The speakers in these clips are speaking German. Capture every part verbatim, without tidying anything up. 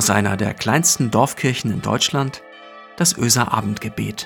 aus einer der kleinsten Dorfkirchen in Deutschland, das Oeser Abendgebet.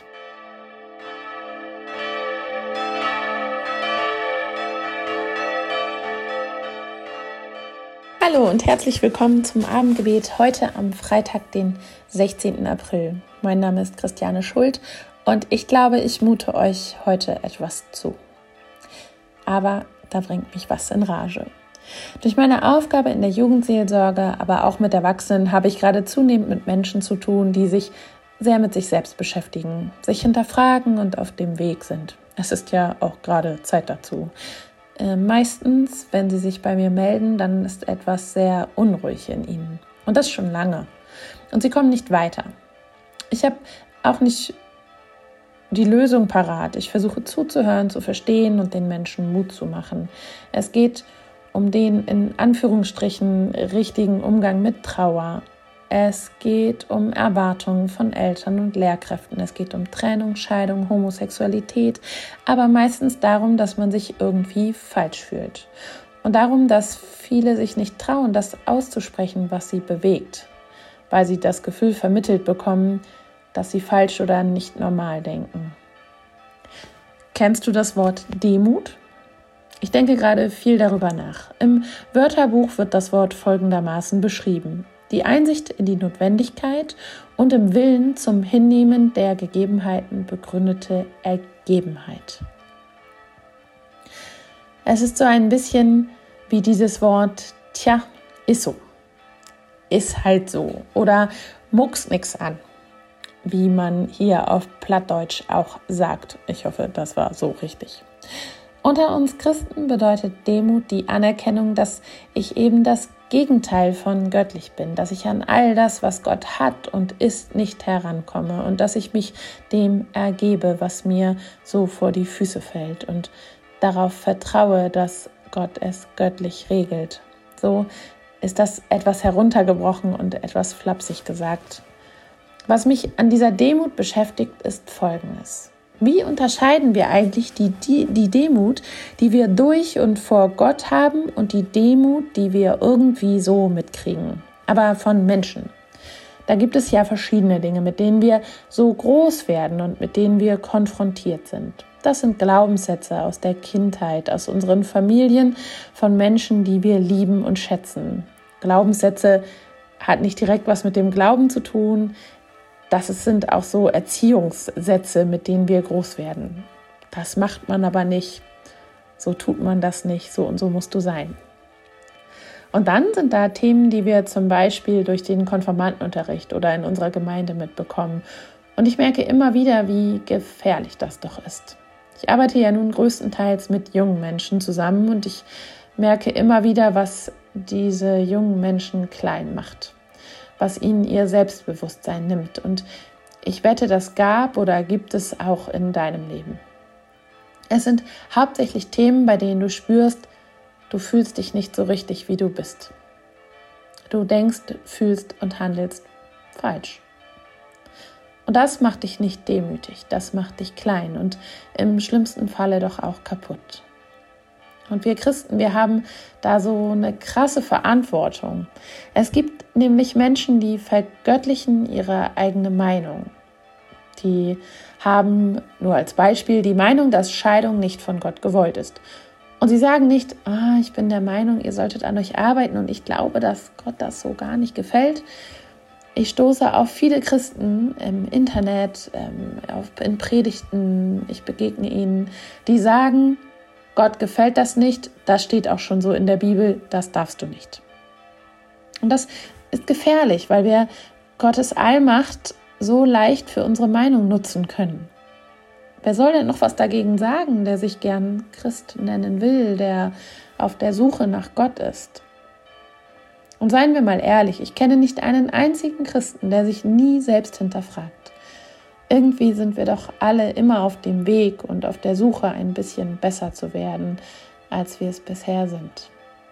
Hallo und herzlich willkommen zum Abendgebet heute am Freitag, den sechzehnten April. Mein Name ist Christiane Schuld und ich glaube, ich mute euch heute etwas zu. Aber da bringt mich was in Rage. Durch meine Aufgabe in der Jugendseelsorge, aber auch mit Erwachsenen, habe ich gerade zunehmend mit Menschen zu tun, die sich sehr mit sich selbst beschäftigen, sich hinterfragen und auf dem Weg sind. Es ist ja auch gerade Zeit dazu. Äh, meistens, wenn sie sich bei mir melden, dann ist etwas sehr unruhig in ihnen. Und das schon lange. Und sie kommen nicht weiter. Ich habe auch nicht die Lösung parat. Ich versuche zuzuhören, zu verstehen und den Menschen Mut zu machen. Es geht um den in Anführungsstrichen richtigen Umgang mit Trauer. Es geht um Erwartungen von Eltern und Lehrkräften. Es geht um Trennung, Scheidung, Homosexualität, aber meistens darum, dass man sich irgendwie falsch fühlt. Und darum, dass viele sich nicht trauen, das auszusprechen, was sie bewegt, weil sie das Gefühl vermittelt bekommen, dass sie falsch oder nicht normal denken. Kennst du das Wort Demut? Ich denke gerade viel darüber nach. Im Wörterbuch wird das Wort folgendermaßen beschrieben: Die Einsicht in die Notwendigkeit und im Willen zum Hinnehmen der Gegebenheiten begründete Ergebenheit. Es ist so ein bisschen wie dieses Wort, tja, ist so, ist halt so oder muckst nix an, wie man hier auf Plattdeutsch auch sagt. Ich hoffe, das war so richtig. Unter uns Christen bedeutet Demut die Anerkennung, dass ich eben das Gegenteil von göttlich bin, dass ich an all das, was Gott hat und ist, nicht herankomme und dass ich mich dem ergebe, was mir so vor die Füße fällt und darauf vertraue, dass Gott es göttlich regelt. So ist das etwas heruntergebrochen und etwas flapsig gesagt. Was mich an dieser Demut beschäftigt, ist Folgendes: Wie unterscheiden wir eigentlich die, die, die Demut, die wir durch und vor Gott haben, und die Demut, die wir irgendwie so mitkriegen, aber von Menschen? Da gibt es ja verschiedene Dinge, mit denen wir so groß werden und mit denen wir konfrontiert sind. Das sind Glaubenssätze aus der Kindheit, aus unseren Familien, von Menschen, die wir lieben und schätzen. Glaubenssätze hat nicht direkt was mit dem Glauben zu tun. Das sind auch so Erziehungssätze, mit denen wir groß werden. Das macht man aber nicht, so tut man das nicht, so und so musst du sein. Und dann sind da Themen, die wir zum Beispiel durch den Konfirmandenunterricht oder in unserer Gemeinde mitbekommen. Und ich merke immer wieder, wie gefährlich das doch ist. Ich arbeite ja nun größtenteils mit jungen Menschen zusammen und ich merke immer wieder, was diese jungen Menschen klein macht, was ihnen ihr Selbstbewusstsein nimmt. Und ich wette, das gab oder gibt es auch in deinem Leben. Es sind hauptsächlich Themen, bei denen du spürst, du fühlst dich nicht so richtig, wie du bist. Du denkst, fühlst und handelst falsch. Und das macht dich nicht demütig, das macht dich klein und im schlimmsten Falle doch auch kaputt. Und wir Christen, wir haben da so eine krasse Verantwortung. Es gibt nämlich Menschen, die vergöttlichen ihre eigene Meinung. Die haben, nur als Beispiel, die Meinung, dass Scheidung nicht von Gott gewollt ist. Und sie sagen nicht, ah, ich bin der Meinung, ihr solltet an euch arbeiten und ich glaube, dass Gott das so gar nicht gefällt. Ich stoße auf viele Christen im Internet, auf, in Predigten, ich begegne ihnen, die sagen, Gott gefällt das nicht, das steht auch schon so in der Bibel, das darfst du nicht. Und das ist gefährlich, weil wir Gottes Allmacht so leicht für unsere Meinung nutzen können. Wer soll denn noch was dagegen sagen, der sich gern Christ nennen will, der auf der Suche nach Gott ist? Und seien wir mal ehrlich, ich kenne nicht einen einzigen Christen, der sich nie selbst hinterfragt. Irgendwie sind wir doch alle immer auf dem Weg und auf der Suche, ein bisschen besser zu werden, als wir es bisher sind.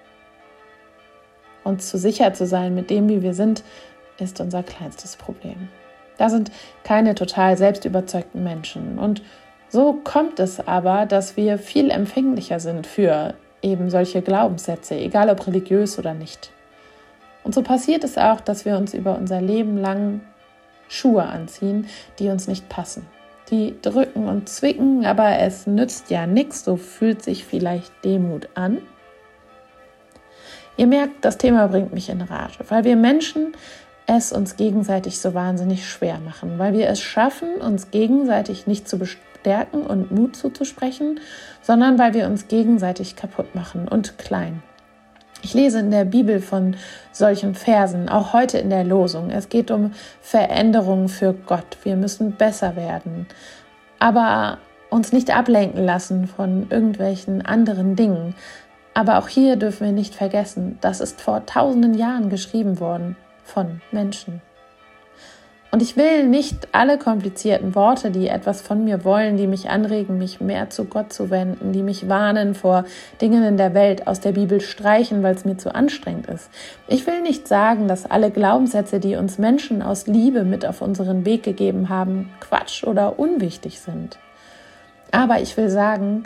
Uns zu sicher zu sein mit dem, wie wir sind, ist unser kleinstes Problem. Da sind keine total selbstüberzeugten Menschen. Und so kommt es aber, dass wir viel empfänglicher sind für eben solche Glaubenssätze, egal ob religiös oder nicht. Und so passiert es auch, dass wir uns über unser Leben lang Schuhe anziehen, die uns nicht passen. Die drücken und zwicken, aber es nützt ja nichts, so fühlt sich vielleicht Demut an. Ihr merkt, das Thema bringt mich in Rage, weil wir Menschen es uns gegenseitig so wahnsinnig schwer machen, weil wir es schaffen, uns gegenseitig nicht zu bestärken und Mut zuzusprechen, sondern weil wir uns gegenseitig kaputt machen und klein. Ich lese in der Bibel von solchen Versen, auch heute in der Losung. Es geht um Veränderungen für Gott. Wir müssen besser werden, aber uns nicht ablenken lassen von irgendwelchen anderen Dingen. Aber auch hier dürfen wir nicht vergessen, das ist vor tausenden Jahren geschrieben worden von Menschen. Und ich will nicht alle komplizierten Worte, die etwas von mir wollen, die mich anregen, mich mehr zu Gott zu wenden, die mich warnen vor Dingen in der Welt, aus der Bibel streichen, weil es mir zu anstrengend ist. Ich will nicht sagen, dass alle Glaubenssätze, die uns Menschen aus Liebe mit auf unseren Weg gegeben haben, Quatsch oder unwichtig sind. Aber ich will sagen,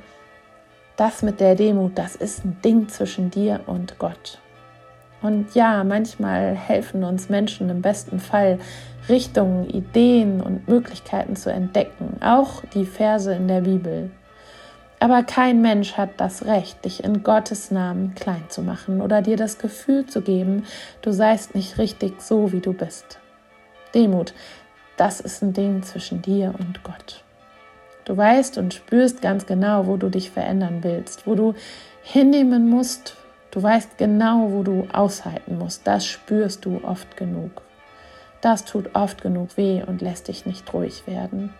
das mit der Demut, das ist ein Ding zwischen dir und Gott. Und ja, manchmal helfen uns Menschen im besten Fall, Richtungen, Ideen und Möglichkeiten zu entdecken, auch die Verse in der Bibel. Aber kein Mensch hat das Recht, dich in Gottes Namen klein zu machen oder dir das Gefühl zu geben, du seist nicht richtig so, wie du bist. Demut, das ist ein Ding zwischen dir und Gott. Du weißt und spürst ganz genau, wo du dich verändern willst, wo du hinnehmen musst. Du weißt genau, wo du aushalten musst. Das spürst du oft genug. Das tut oft genug weh und lässt dich nicht ruhig werden.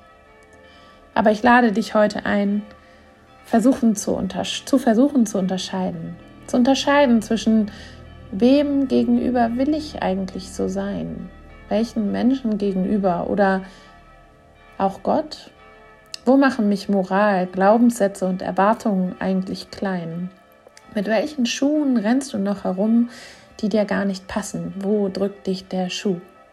Aber ich lade dich heute ein, versuchen zu, untersch- zu versuchen zu unterscheiden. Zu unterscheiden zwischen wem gegenüber will ich eigentlich so sein? Welchen Menschen gegenüber oder auch Gott? Wo machen mich Moral, Glaubenssätze und Erwartungen eigentlich klein? Mit welchen Schuhen rennst du noch herum, die dir gar nicht passen? Wo drückt dich der Schuh?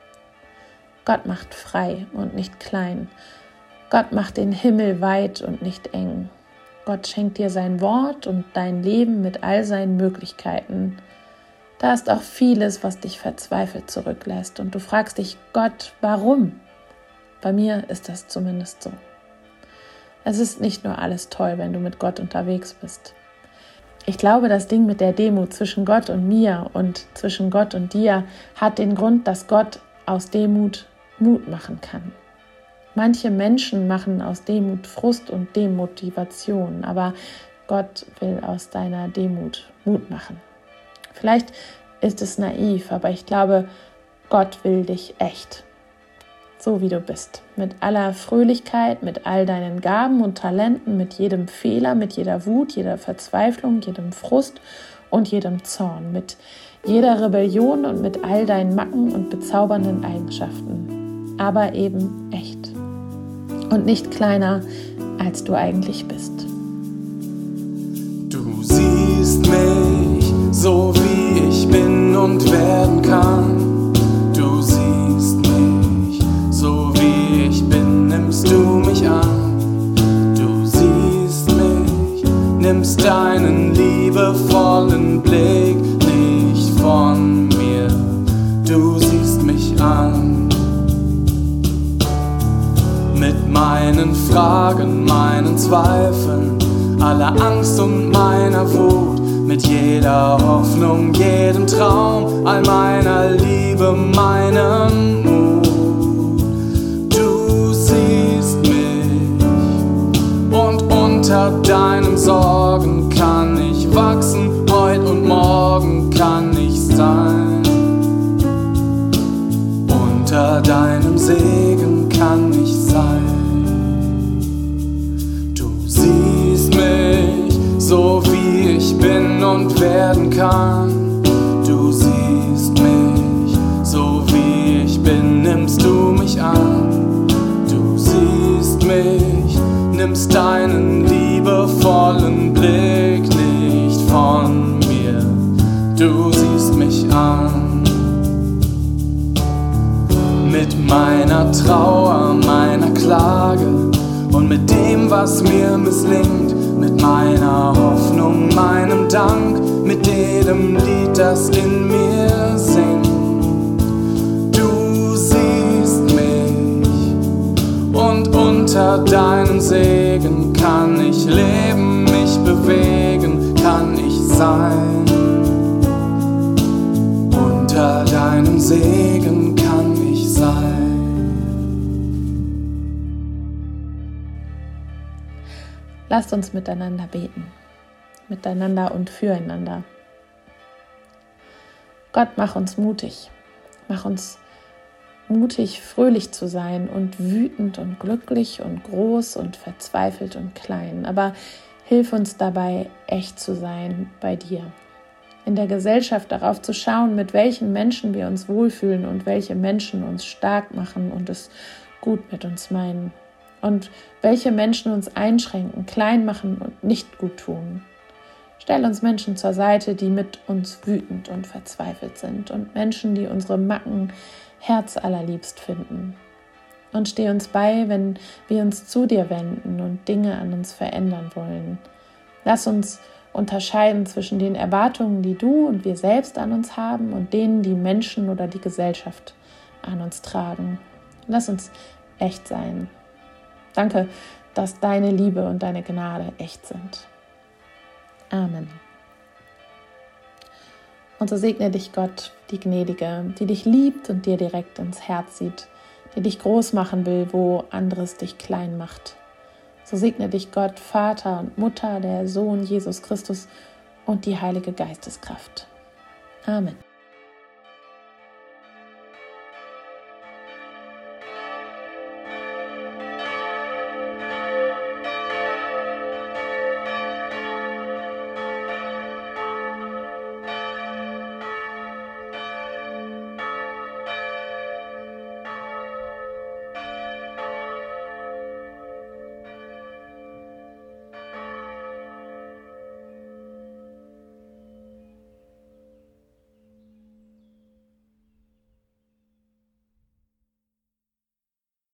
Gott macht frei und nicht klein. Gott macht den Himmel weit und nicht eng. Gott schenkt dir sein Wort und dein Leben mit all seinen Möglichkeiten. Da ist auch vieles, was dich verzweifelt zurücklässt und du fragst dich, Gott, warum? Bei mir ist das zumindest so. Es ist nicht nur alles toll, wenn du mit Gott unterwegs bist. Ich glaube, das Ding mit der Demut zwischen Gott und mir und zwischen Gott und dir hat den Grund, dass Gott aus Demut Mut machen kann. Manche Menschen machen aus Demut Frust und Demotivation, aber Gott will aus deiner Demut Mut machen. Vielleicht ist es naiv, aber ich glaube, Gott will dich echt. So wie du bist, mit aller Fröhlichkeit, mit all deinen Gaben und Talenten, mit jedem Fehler, mit jeder Wut, jeder Verzweiflung, jedem Frust und jedem Zorn, mit jeder Rebellion und mit all deinen Macken und bezaubernden Eigenschaften, aber eben echt und nicht kleiner, als du eigentlich bist. Du siehst mich so, wie ich bin und werden kann. Du siehst mich so, wie ich bin, nimmst du mich an. Du siehst mich, nimmst deinen liebevollen Blick nicht von mir. Du siehst mich an. Mit meinen Fragen, meinen Zweifeln, aller Angst und meiner Wut, mit jeder Hoffnung, jedem Traum, all meiner Liebe, meinem Mut. Du siehst mich und unter deinen Sorgen kann ich wachsen, heut und morgen kann ich sein. Unter deinem Segen kann ich sein. Du siehst mich so, wie ich bin und werden kann. Du siehst mich so, wie ich bin, nimmst du mich an. Du siehst mich, nimmst deinen liebevollen Blick nicht von mir. Du siehst mich an. Mit meiner Trauer, meiner Klage und mit dem, was mir misslingt, mit meiner Hoffnung, meinem Dank, mit jedem Lied, das in mir singt. Du siehst mich und unter deinem Segen kann ich leben, mich bewegen, kann ich sein. Unter deinem Segen kann ich sein. Lasst uns miteinander beten, miteinander und füreinander. Gott, mach uns mutig, mach uns mutig, fröhlich zu sein und wütend und glücklich und groß und verzweifelt und klein. Aber hilf uns dabei, echt zu sein bei dir. In der Gesellschaft darauf zu schauen, mit welchen Menschen wir uns wohlfühlen und welche Menschen uns stark machen und es gut mit uns meinen. Und welche Menschen uns einschränken, klein machen und nicht gut tun. Stell uns Menschen zur Seite, die mit uns wütend und verzweifelt sind und Menschen, die unsere Macken herzallerliebst finden. Und steh uns bei, wenn wir uns zu dir wenden und Dinge an uns verändern wollen. Lass uns unterscheiden zwischen den Erwartungen, die du und wir selbst an uns haben und denen, die Menschen oder die Gesellschaft an uns tragen. Lass uns echt sein. Danke, dass deine Liebe und deine Gnade echt sind. Amen. Und so segne dich Gott, die Gnädige, die dich liebt und dir direkt ins Herz sieht, die dich groß machen will, wo anderes dich klein macht. So segne dich Gott, Vater und Mutter, der Sohn Jesus Christus und die Heilige Geisteskraft. Amen.